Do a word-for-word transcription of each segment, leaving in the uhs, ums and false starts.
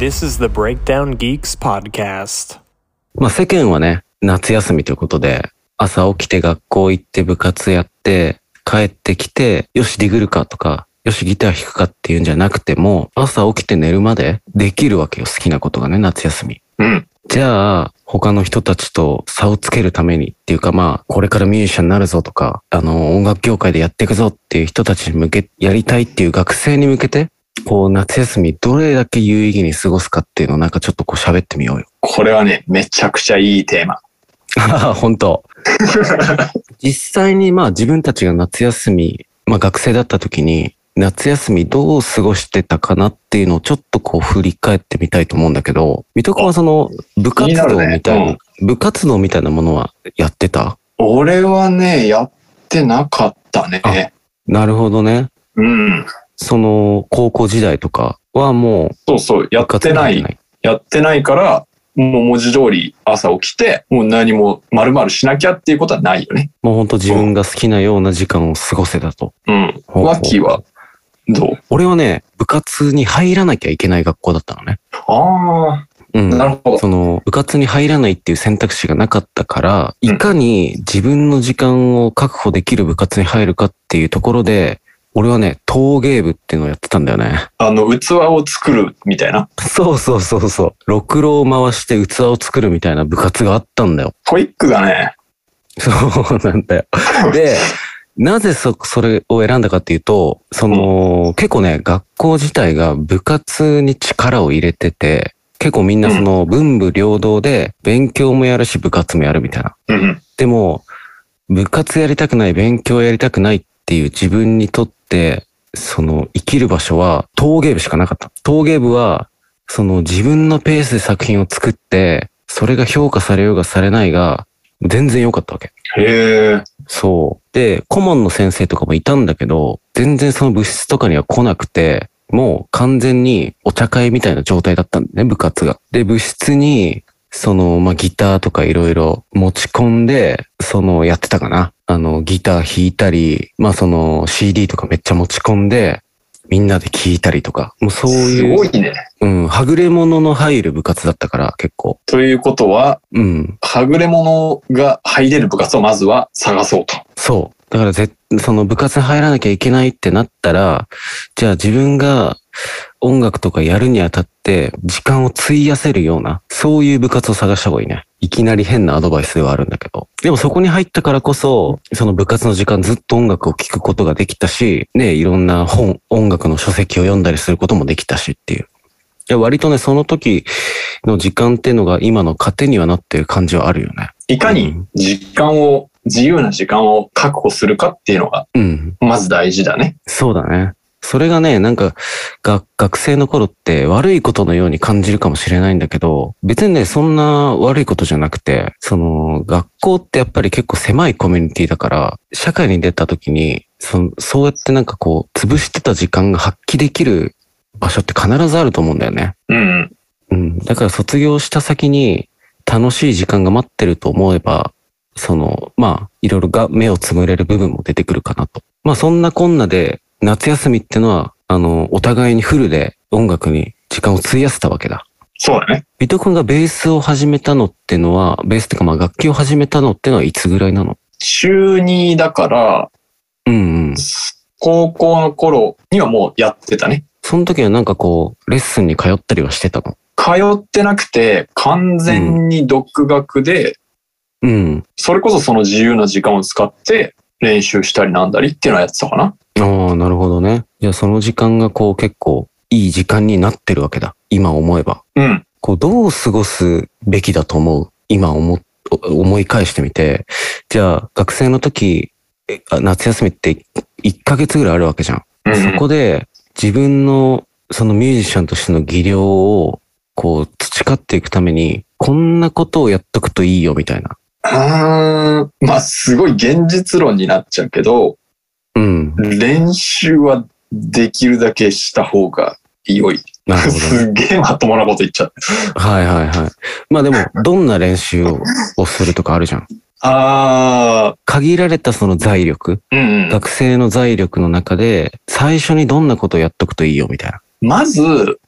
This is the Breakdown Geeks podcast. まあ世間はね、夏休みということで、朝起きて学校行って部活やって、帰ってきて、よしディグルかとか、よしギター弾くかっていうんじゃなくても、朝起きて寝るまでできるわけよ、好きなことがね、夏休み。 うん。 じゃあ、他の人たちと差をつけるためにっていうかまあ、これからミュージシャンになるぞとか、あの、音楽業界でやっていくぞっていう人たちに向け、やりたいっていう学生に向けて、こう夏休みどれだけ有意義に過ごすかっていうのをなんかちょっとこう喋ってみようよ。 これはね、めちゃくちゃいいテーマ。 ああ、本当。実際にまあ自分たちが夏休み、まあ学生だった時に、夏休みどう過ごしてたかなっていうのをちょっとこう振り返ってみたいと思うんだけど、水戸君はその部活動みたいな、 ねうん、部活動みたいなものはやってた？ 俺はね、やってなかったね。 なるほどね。 うん。 その高校時代とかはもう、 そうそう、やってない。やってないから、もう文字通り朝起きて、もう何も丸々しなきゃっていうことはないよね。 もう本当自分が好きなような時間を過ごせたと。 うん。 ほうほうワッキーはどう？ 俺はね、部活に入らなきゃいけない学校だったのね。 ああ。 うん。 なるほど。 その、部活に入らないっていう選択肢がなかったから、いかに自分の時間を確保できる部活に入るかっていうところで、俺はね、陶芸部っていうのをやってたんだよね。 あの、器を作るみたいな。 そうそうそうそう。ろくろを回して器を作るみたいな部活があったんだよ。 トイックだね。 そうなんだよ。で、なぜそ、それを選んだかっていうと、その、うん、結構ね、学校自体が部活に力を入れてて、結構みんなその文武両道で勉強もやるし部活もやるみたいな。 うん、 でも、部活やりたくない、勉強やりたくないっていう自分にとって、その生きる場所は陶芸部しかなかった。陶芸部は、その自分のペースで作品を作って、それが評価されようがされないが、全然良かったわけ。 へー。 そう。で、顧問の先生とかもいたんだけど、全然その部室とかには来なくて、もう完全にお茶会みたいな状態だったんだね、部活が。で、部室に、その、まあ、ギターとかいろいろ持ち込んで、その、やってたかな。あの、ギター弾いたり、まあ、その、シーディー とかめっちゃ持ち込んで、みんなで聴いたりとか、もうそういう。 すごいね。 うん、はぐれ者の入る部活だったから、結構。 ということは、 うん。 はぐれ者が入れる部活をまずは探そうと。 そう。だからぜ、その部活に入らなきゃいけないってなったら、じゃあ自分が音楽とかやるにあたって時間を費やせるような、そういう部活を探した方がいいね。いきなり変なアドバイスではあるんだけど。でもそこに入ったからこそ、その部活の時間ずっと音楽を聴くことができたし、ね、いろんな本、音楽の書籍を読んだりすることもできたしっていう。いや割とね、その時の時間っていうのが今の糧にはなってる感じはあるよね。 いかに時間を、自由な時間を確保するかっていうのが、まず大事だね、 うん。そうだね。それがね、なんか、が、学生の頃って悪いことのように感じるかもしれないんだけど、別にね、そんな悪いことじゃなくて、その、学校ってやっぱり結構狭いコミュニティだから、社会に出た時に、そ、そうやってなんかこう、潰してた時間が発揮できる場所って必ずあると思うんだよね。 うん。 うん。だから卒業した先に楽しい時間が待ってると思えば、その、まあ、いろいろが目をつむれる部分も出てくるかなと。まあ、そんなこんなで、夏休みってのは、あの、お互いにフルで音楽に時間を費やせたわけだ。 そうだね。 ビト君がベースを始めたのってのは、ベースってかまあ楽器を始めたのってのはいつぐらいなの？ 中にだから、 うんうん。 高校の頃にはもうやってたね。 その時はなんかこう、レッスンに通ったりはしてたの？ 通ってなくて、完全に独学で、 うん。 それこそその自由な時間を使って練習したりなんだりっていうのはやってたかな。 ああ、なるほどね。じゃあその時間がこう結構いい時間になってるわけだ。今思えば。 うん。 こうどう過ごすべきだと思う？今思、思い返してみて。じゃあ学生の時、夏休みっていっかげつぐらいあるわけじゃん。 うんうん、 そこで自分のそのミュージシャンとしての技量をこう培っていくために、こんなことをやっとくといいよみたいな。 あー、まあすごい現実論になっちゃうけど、 うん。 練習はできるだけした方が良い。 なるほど、ね。 すげえまともなこと言っちゃった。 はいはいはい。まあでも、どんな練習をするとかあるじゃん。 ああ。 限られたその財力、 うんうん、 学生の財力の中で、最初にどんなことをやっとくといいよみたいな。 まず、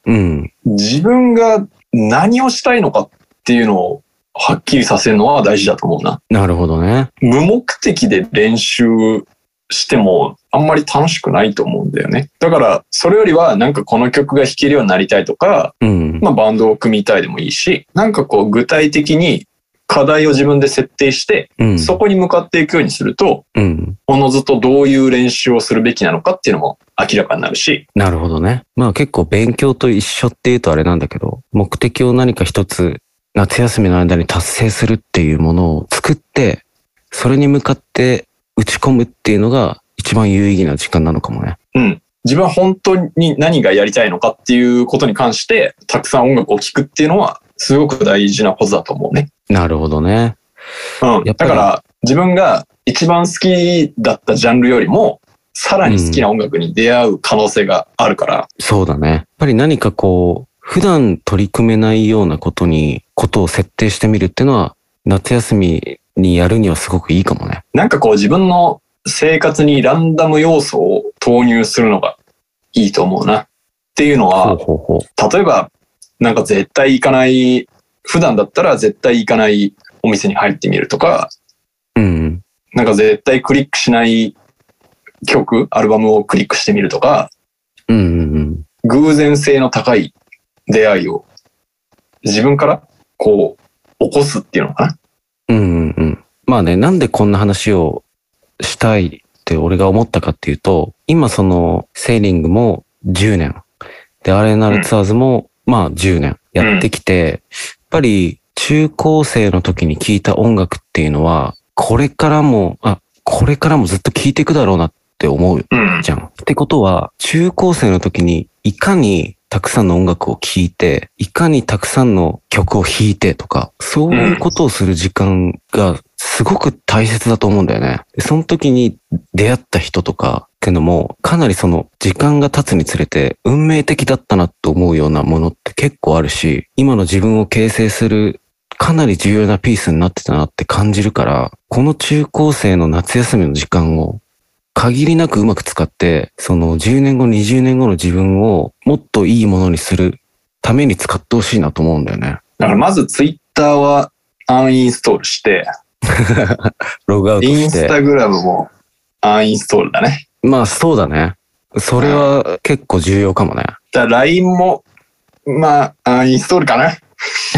うん。 自分が何をしたいのかっていうのをはっきりさせるのは大事だと思うな。 なるほどね。 無目的で練習してもあんまり楽しくないと思うんだよね。だからそれよりはなんかこの曲が弾けるようになりたいとか、 うん。 まあバンドを組みたいでもいいし、なんかこう具体的に課題を自分で設定して、 うん、 そこに向かっていくようにすると、 うん。 おのずとどういう練習をするべきなのかっていうのも明らかになるし。 なるほどね。まあ結構勉強と一緒っていうとあれなんだけど、目的を何か一つ夏休みの間に達成するっていうものを作って、それに向かって打ち込むっていうのが一番有意義な時間なのかもね。 うん。自分は本当に何がやりたいのかっていうことに関して、たくさん音楽を聴くっていうのは、すごく大事なことだと思うね。 なるほどね。 うん。だから、自分が一番好きだったジャンルよりも、さらに好きな音楽に出会う可能性があるから。うん、 そうだね。やっぱり何かこう、普段取り組めないようなことに、ことを設定してみるっていうのは、夏休みにやるにはすごくいいかもね。 なんかこう自分の生活にランダム要素を投入するのがいいと思うな。っていうのは、 ほうほうほう。 例えば、なんか絶対行かない、普段だったら絶対行かないお店に入ってみるとか、 うん。 なんか絶対クリックしない曲、アルバムをクリックしてみるとか、 うんうんうん。 偶然性の高い出会いを自分からこう起こすっていうのかな。 うんうんうん。まあね、なんでこんな話をしたいって俺が思ったかっていうと、今そのセーリングもじゅうねんで、アレナルツアーズもまあじゅうねんやってきて、うん、やっぱり中高生の時に聴いた音楽っていうのは、これからも、あ、これからもずっと聴いていくだろうなって思うじゃん。うん、ってことは、中高生の時にいかにたくさんの音楽を聴いて、いかにたくさんの曲を弾いてとか、そういうことをする時間がすごく大切だと思うんだよね。その時に出会った人とかっていうのも、かなりその時間が経つにつれて運命的だったなと思うようなものって結構あるし、今の自分を形成するかなり重要なピースになってたなって感じるから、この中高生の夏休みの時間を限りなくうまく使って、そのじゅうねんご、にじゅうねんごの自分をもっといいものにするために使ってほしいなと思うんだよね。 だからまずツイッターはアンインストールして、 ログアウトして。 インスタグラムもアンインストールだね。 まあそうだね。それは結構重要かもね。 だから ライン も、まあ、アンインストールかな。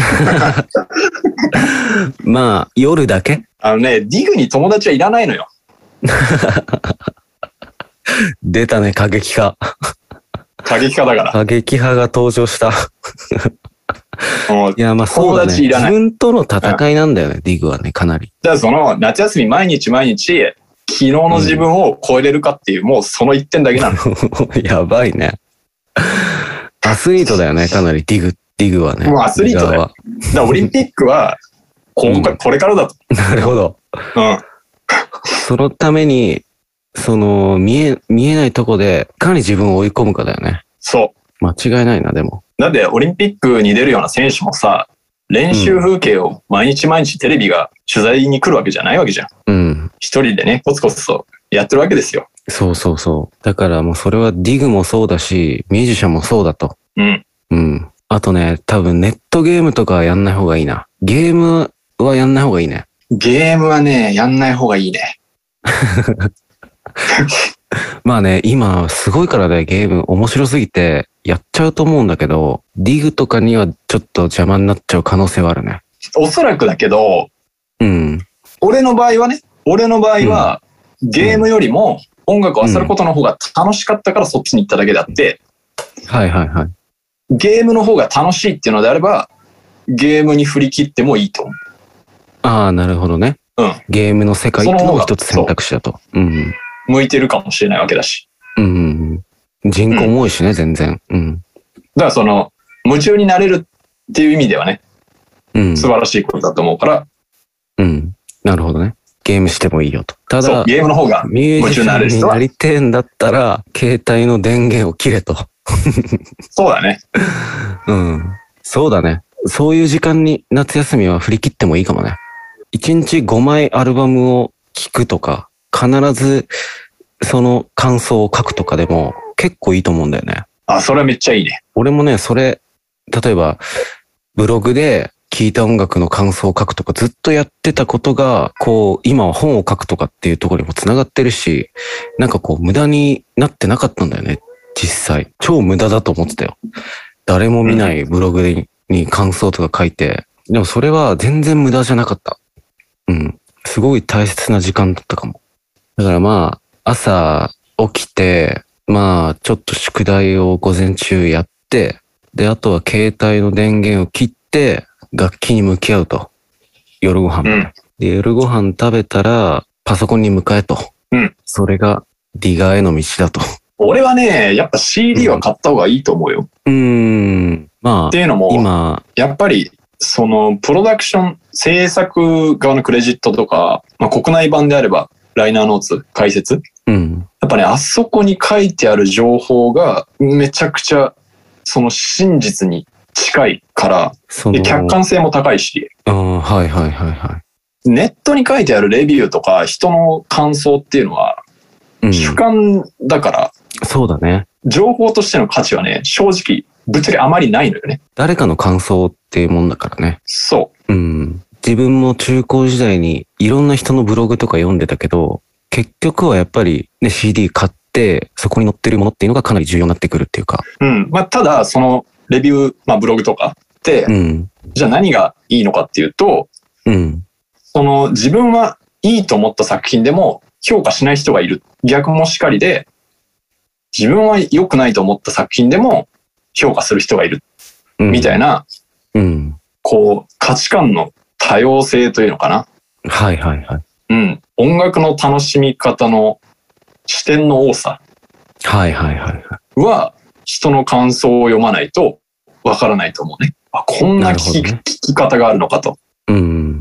まあ、夜だけ？ あのね、ディグに友達はいらないのよ。 出たね、過激派。 過激派だから。 過激派が登場した。いや、まあそうだね。 いらない。 自分との戦いなんだよね、うん、ディグはね、かなり。 だからその、夏休み毎日毎日、昨日の自分を超えれるかっていう、うん、もうその一点だけなの。 やばいね。アスリートだよね、かなりディグ、ディグはね。 もうアスリートだよ。だからオリンピックは、今回、これからだと。 なるほど。 うん。 そのために、その、見え、見えないとこで、いかに自分を追い込むかだよね。 そう。 間違いないな、でも。 だってオリンピックに出るような選手もさ、練習風景を毎日毎日テレビが取材に来るわけじゃないわけじゃん。うん。一人でね、コツコツとやってるわけですよ。 そうそうそう。だからもうそれはディグもそうだし、ミュージシャンもそうだと。 うん。 うん。あとね、多分ネットゲームとかはやんない方がいいな。ゲームはやんない方がいいね。 ゲームはね、やんない方がいいね。 まあね、今すごいからね、ゲーム面白すぎてやっちゃうと思うんだけど、ディグとかにはちょっと邪魔になっちゃう可能性はあるね。 おそらくだけど、 うん。 俺の場合はね、俺の場合は、うん、ゲームよりも音楽を漁ることの方が楽しかったからそっちに行っただけであって、 うん、はいはいはい。 ゲームの方が楽しいっていうのであれば、ゲームに振り切ってもいいと思う。 ああ、なるほどね。 うん。 ゲームの世界っていうのが一つ選択肢だと。うん。 向いてるかもしれないわけだし。 うん。人口も多いしね、うん、全然。うん。 だからその、夢中になれるっていう意味ではね、うん、素晴らしいことだと思うから。 うん。なるほどね。ゲームしてもいいよと。ただ、 ゲームの方が夢中になれる人は。 ミュージシャンになりてえんだったら、携帯の電源を切れと。 そうだね。 うん。そうだね。そういう時間に夏休みは振り切ってもいいかもね。いちにちごまいアルバムを聴くとか、必ずその感想を書くとかでも結構いいと思うんだよね。 あ、それはめっちゃいいね。 俺もね、それ、例えば、ブログで聴いた音楽の感想を書くとかずっとやってたことが、こう、今は本を書くとかっていうところにも繋がってるし、なんかこう、無駄になってなかったんだよね、実際。超無駄だと思ってたよ。誰も見ないブログに、に感想とか書いて、でもそれは全然無駄じゃなかった。うん。すごい大切な時間だったかも。だからまあ、朝起きて、まあ、ちょっと宿題を午前中やって、で、あとは携帯の電源を切って、楽器に向き合うと。夜ご飯まで、うん。で、夜ご飯食べたら、パソコンに向かえと。 うん。 それが、ディガーへの道だと。 俺はね、やっぱ シーディー は買った方がいいと思うよ。 うん。うーん。まあ、 っていうのも、 今、やっぱり、その、プロダクション、制作側のクレジットとか、まあ、国内版であれば、ライナーノーツ、解説。 うん。 やっぱね、あそこに書いてある情報が、めちゃくちゃ、その真実に近いから、で客観性も高いし。 ああ、はいはいはいはい。 ネットに書いてあるレビューとか、人の感想っていうのは、主観だから、 うん、そうだね。 情報としての価値はね、正直、ぶっちゃけあまりないのよね。 誰かの感想っていうもんだからね。 そう。 うん。自分も中高時代にいろんな人のブログとか読んでたけど、結局はやっぱりね、シーディー 買って、そこに載ってるものっていうのがかなり重要になってくるっていうか。 うん。まあ、ただ、その、レビュー、まあ、ブログとかって、うん、じゃあ何がいいのかっていうと、 うん、 その、自分はいいと思った作品でも評価しない人がいる。逆もしかりで、自分は良くないと思った作品でも評価する人がいる。うん、みたいな、 うん、 こう、価値観の多様性というのかな。 はいはいはい。 うん。音楽の楽しみ方の視点の多さ。 はいはいはい。 は、人の感想を読まないとわからないと思うね。あ、こんな聞き、ね、聞き方があるのかと。 うん。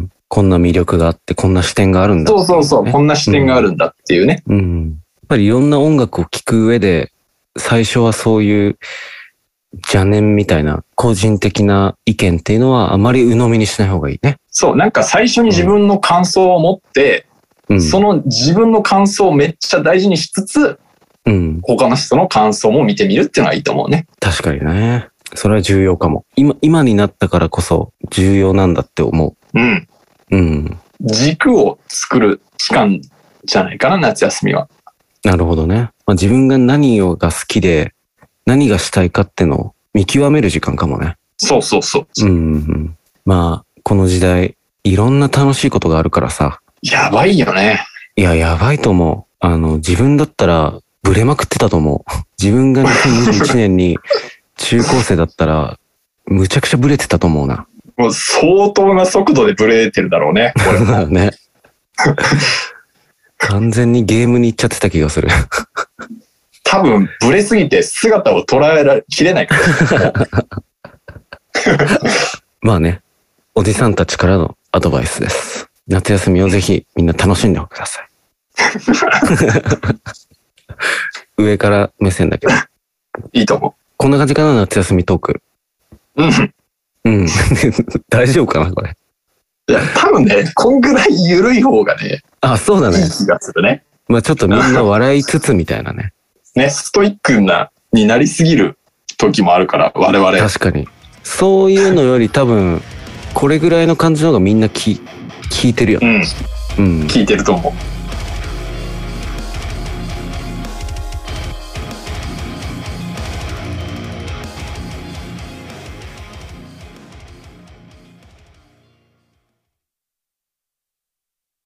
こんな魅力があって、こんな視点があるんだ、 ね。そうそうそう。こんな視点があるんだっていうね。 うん。うん、やっぱりいろんな音楽を聴く上で、最初はそういう邪念みたいな個人的な意見っていうのはあまり鵜呑みにしない方がいいね。 そう。なんか最初に自分の感想を持って、うん、その自分の感想をめっちゃ大事にしつつ、 うん、 他の人の感想も見てみるっていうのがいいと思うね。 確かにね。それは重要かも。今、今になったからこそ重要なんだって思う。うん。 うん。 軸を作る期間じゃないかな、夏休みは。 なるほどね。まあ、自分が何をが好きで、何がしたいかってのを見極める時間かもね。 そうそうそう。 うん、うん。まあ、この時代、いろんな楽しいことがあるからさ。 やばいよね。 いや、やばいと思う。あの、自分だったら、ブレまくってたと思う。自分がにせんにじゅういちねんに中高生だったら、むちゃくちゃブレてたと思うな。 もう相当な速度でブレてるだろうね。これね。完全にゲームに行っちゃってた気がする。 多分、ブレすぎて姿を捉えられきれないから。 まあね、おじさんたちからのアドバイスです。夏休みをぜひみんな楽しんでください。上から目線だけど。 いいと思う。 こんな感じかな、夏休みトーク。 うん。 うん。大丈夫かな、これ。 いや、多分ね、こんぐらい緩い方がね。 あ、そうだね。 いい気がするね。 まあちょっとみんな笑いつつみたいなね。 ね、ストイックな、になりすぎる時もあるから、我々。 確かに。そういうのより多分、これぐらいの感じの方がみんなき聞いてるよね。 うん。うん。聞いてると思う。